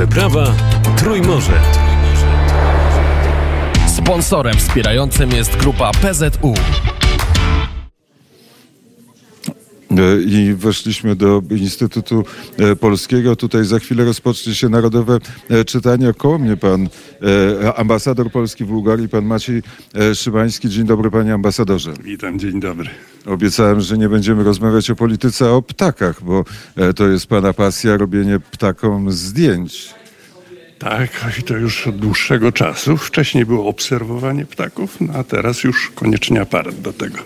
Wyprawa Trójmorze. Sponsorem wspierającym jest grupa PZU. I weszliśmy do Instytutu Polskiego. Tutaj za chwilę rozpocznie się narodowe czytanie. Koło mnie pan ambasador Polski w Bułgarii, pan Maciej Szymański. Dzień dobry, panie ambasadorze. Witam, dzień dobry. Obiecałem, że nie będziemy rozmawiać o polityce, a o ptakach, bo to jest pana pasja, robienie ptakom zdjęć. Tak, i to już od dłuższego czasu. Wcześniej było obserwowanie ptaków, no a teraz już koniecznie aparat do tego.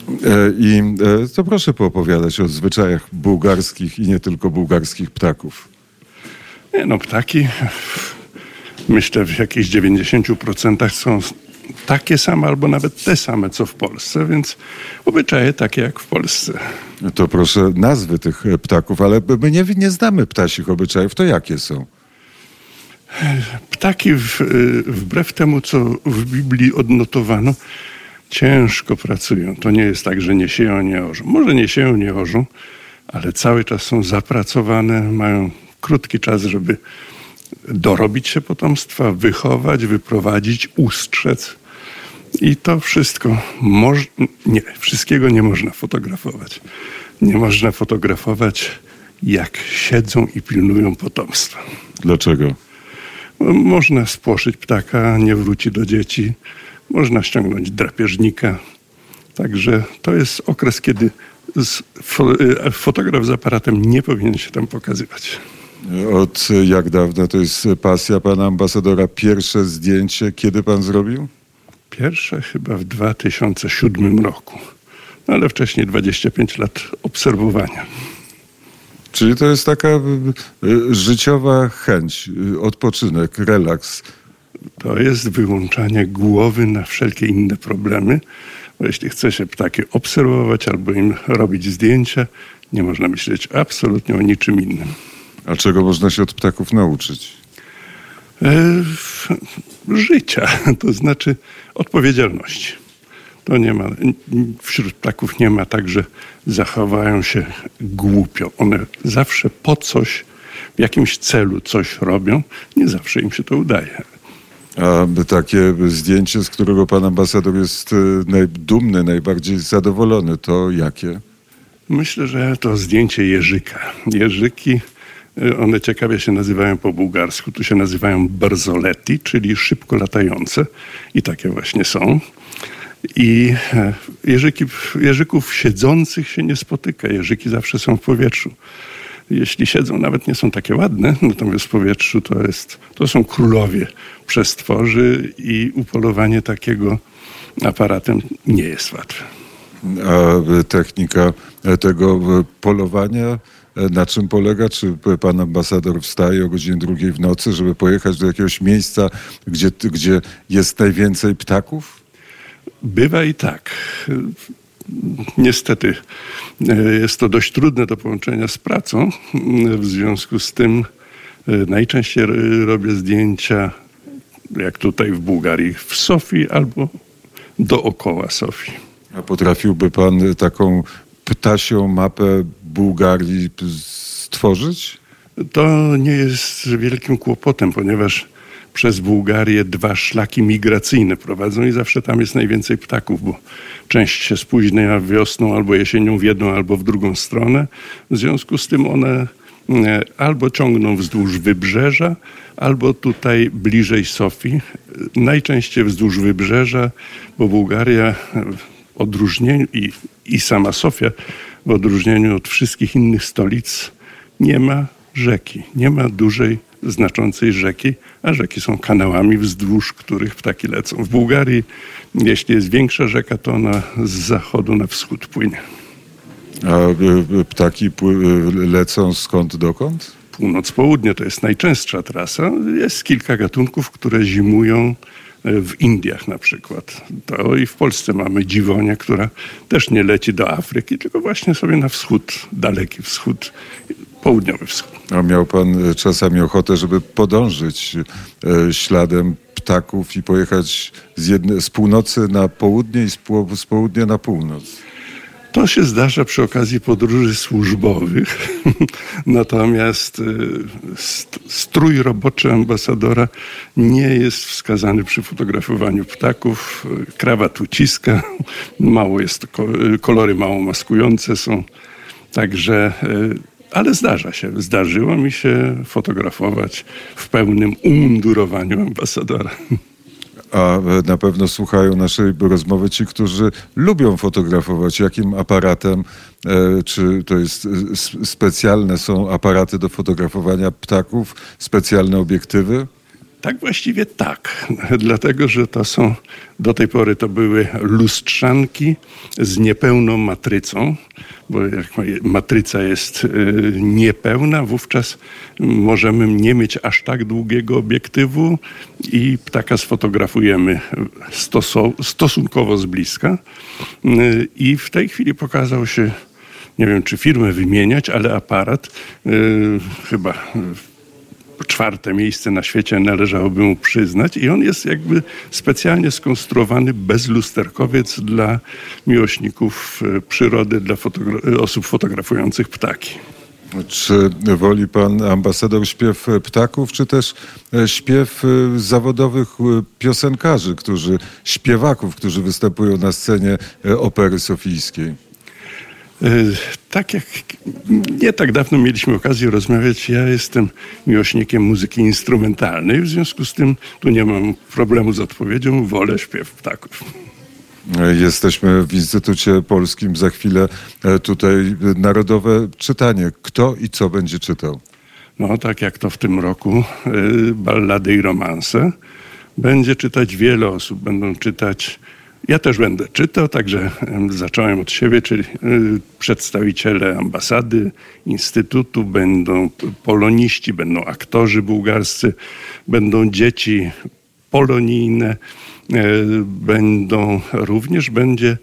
To proszę poopowiadać o zwyczajach bułgarskich i nie tylko bułgarskich ptaków. Ptaki myślę w jakichś 90% są takie same albo nawet te same co w Polsce, więc obyczaje takie jak w Polsce. To proszę nazwy tych ptaków, ale my nie znamy ptasich obyczajów. To jakie są? Ptaki wbrew temu, co w Biblii odnotowano, ciężko pracują. To nie jest tak, że nie sieją, nie orzą. Może nie sieją, nie orzą, ale cały czas są zapracowane, mają krótki czas, żeby dorobić się potomstwa, wychować, wyprowadzić, ustrzec. I to wszystko wszystkiego nie można fotografować. Nie można fotografować, jak siedzą i pilnują potomstwa. Dlaczego? Można spłoszyć ptaka, nie wróci do dzieci. Można ściągnąć drapieżnika. Także to jest okres, kiedy fotograf z aparatem nie powinien się tam pokazywać. Od jak dawna to jest pasja pana ambasadora? Pierwsze zdjęcie kiedy pan zrobił? Pierwsze chyba w 2007 roku. Ale wcześniej 25 lat obserwowania. Czyli to jest taka życiowa chęć, odpoczynek, relaks. To jest wyłączanie głowy na wszelkie inne problemy. Bo jeśli chce się ptaki obserwować albo im robić zdjęcia, nie można myśleć absolutnie o niczym innym. A czego można się od ptaków nauczyć? Życia, to znaczy odpowiedzialności. To nie ma, wśród ptaków nie ma tak, że zachowają się głupio. One zawsze po coś, w jakimś celu coś robią. Nie zawsze im się to udaje. A takie zdjęcie, z którego pan ambasador jest dumny, najbardziej zadowolony, to jakie? Myślę, że to zdjęcie jeżyka. Jeżyki, one ciekawie się nazywają po bułgarsku. Tu się nazywają barzolety, czyli szybko latające. I takie właśnie są. I jeżyków siedzących się nie spotyka. Jeżyki zawsze są w powietrzu. Jeśli siedzą, nawet nie są takie ładne, natomiast w powietrzu to są królowie przestworzy i upolowanie takiego aparatem nie jest łatwe. A technika tego polowania na czym polega? Czy pan ambasador wstaje o godzinie 2 w nocy, żeby pojechać do jakiegoś miejsca, gdzie jest najwięcej ptaków? Bywa i tak. Niestety jest to dość trudne do połączenia z pracą. W związku z tym najczęściej robię zdjęcia, jak tutaj w Bułgarii, w Sofii albo dookoła Sofii. A potrafiłby pan taką ptasią mapę Bułgarii stworzyć? To nie jest wielkim kłopotem, ponieważ przez Bułgarię 2 szlaki migracyjne prowadzą i zawsze tam jest najwięcej ptaków, bo część się spóźnia wiosną albo jesienią w jedną albo w drugą stronę. W związku z tym one albo ciągną wzdłuż wybrzeża, albo tutaj bliżej Sofii. Najczęściej wzdłuż wybrzeża, bo Bułgaria w odróżnieniu i sama Sofia w odróżnieniu od wszystkich innych stolic nie ma rzeki, nie ma dużej, znaczącej rzeki, a rzeki są kanałami, wzdłuż których ptaki lecą. W Bułgarii, jeśli jest większa rzeka, to ona z zachodu na wschód płynie. A ptaki lecą skąd dokąd? Północ-południe to jest najczęstsza trasa. Jest kilka gatunków, które zimują w Indiach na przykład. To i w Polsce mamy dziwonię, która też nie leci do Afryki, tylko właśnie sobie na wschód, daleki wschód, południowy wschód. A miał pan czasami ochotę, żeby podążyć śladem ptaków i pojechać z północy na południe i z południa na północ? To się zdarza przy okazji podróży służbowych, natomiast strój roboczy ambasadora nie jest wskazany przy fotografowaniu ptaków. Krawat uciska, mało jest, kolory mało maskujące są, także... Ale zdarzyło mi się fotografować w pełnym umundurowaniu ambasadora. A na pewno słuchają naszej rozmowy ci, którzy lubią fotografować. Jakim aparatem? Czy to jest specjalne są aparaty do fotografowania ptaków? Specjalne obiektywy? Tak, właściwie tak. Dlatego, że do tej pory to były lustrzanki z niepełną matrycą, bo jak matryca jest niepełna, wówczas możemy nie mieć aż tak długiego obiektywu i ptaka sfotografujemy stosunkowo z bliska. I w tej chwili pokazał się, nie wiem czy firmę wymieniać, ale aparat chyba 4. miejsce na świecie należałoby mu przyznać i on jest jakby specjalnie skonstruowany bezlusterkowiec dla miłośników przyrody, dla osób fotografujących ptaki. Czy woli pan ambasador śpiew ptaków, czy też śpiew zawodowych piosenkarzy, śpiewaków, którzy występują na scenie Opery Sofijskiej? Tak jak nie tak dawno mieliśmy okazję rozmawiać, ja jestem miłośnikiem muzyki instrumentalnej, w związku z tym tu nie mam problemu z odpowiedzią, wolę śpiew ptaków. Jesteśmy w Instytucie Polskim, za chwilę tutaj narodowe czytanie. Kto i co będzie czytał? No tak jak to w tym roku, ballady i romanse. Będzie czytać wiele osób, będą czytać. Ja też będę czytał, także zacząłem od siebie, czyli przedstawiciele ambasady, instytutu, będą poloniści, będą aktorzy bułgarscy, będą dzieci polonijne, będzie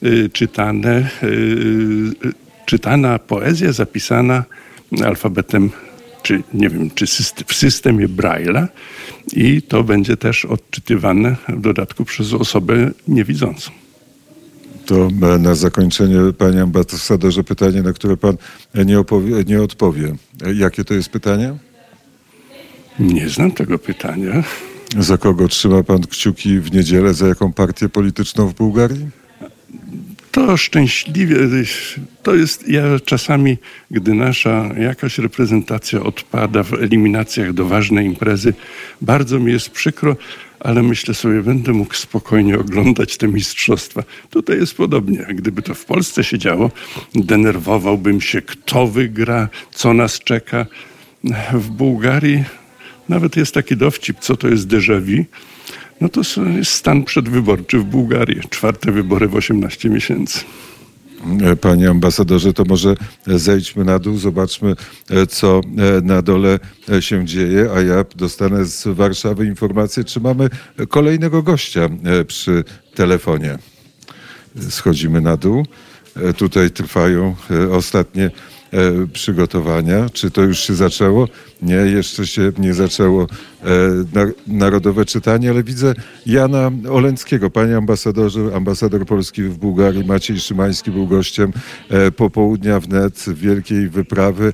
czytana poezja zapisana alfabetem, czy nie wiem, czy w systemie Braille'a i to będzie też odczytywane w dodatku przez osobę niewidzącą. To na zakończenie, panie ambasadorze, pytanie, na które pan nie odpowie. Jakie to jest pytanie? Nie znam tego pytania. Za kogo trzyma pan kciuki w niedzielę? Za jaką partię polityczną w Bułgarii? To szczęśliwie, to jest, ja czasami, gdy nasza jakaś reprezentacja odpada w eliminacjach do ważnej imprezy, bardzo mi jest przykro, ale myślę sobie, będę mógł spokojnie oglądać te mistrzostwa. Tutaj jest podobnie. Gdyby to w Polsce się działo, denerwowałbym się, kto wygra, co nas czeka. W Bułgarii nawet jest taki dowcip, co to jest déjà vu. No to jest stan przedwyborczy w Bułgarii. 4. wybory w 18 miesięcy. Panie ambasadorze, to może zejdźmy na dół, zobaczmy, co na dole się dzieje, a ja dostanę z Warszawy informację, czy mamy kolejnego gościa przy telefonie. Schodzimy na dół. Tutaj trwają ostatnie przygotowania. Czy to już się zaczęło? Nie, jeszcze się nie zaczęło narodowe czytanie, ale widzę Jana Oleńskiego. Panie ambasadorze, ambasador Polski w Bułgarii, Maciej Szymański był gościem popołudnia wnet wielkiej wyprawy.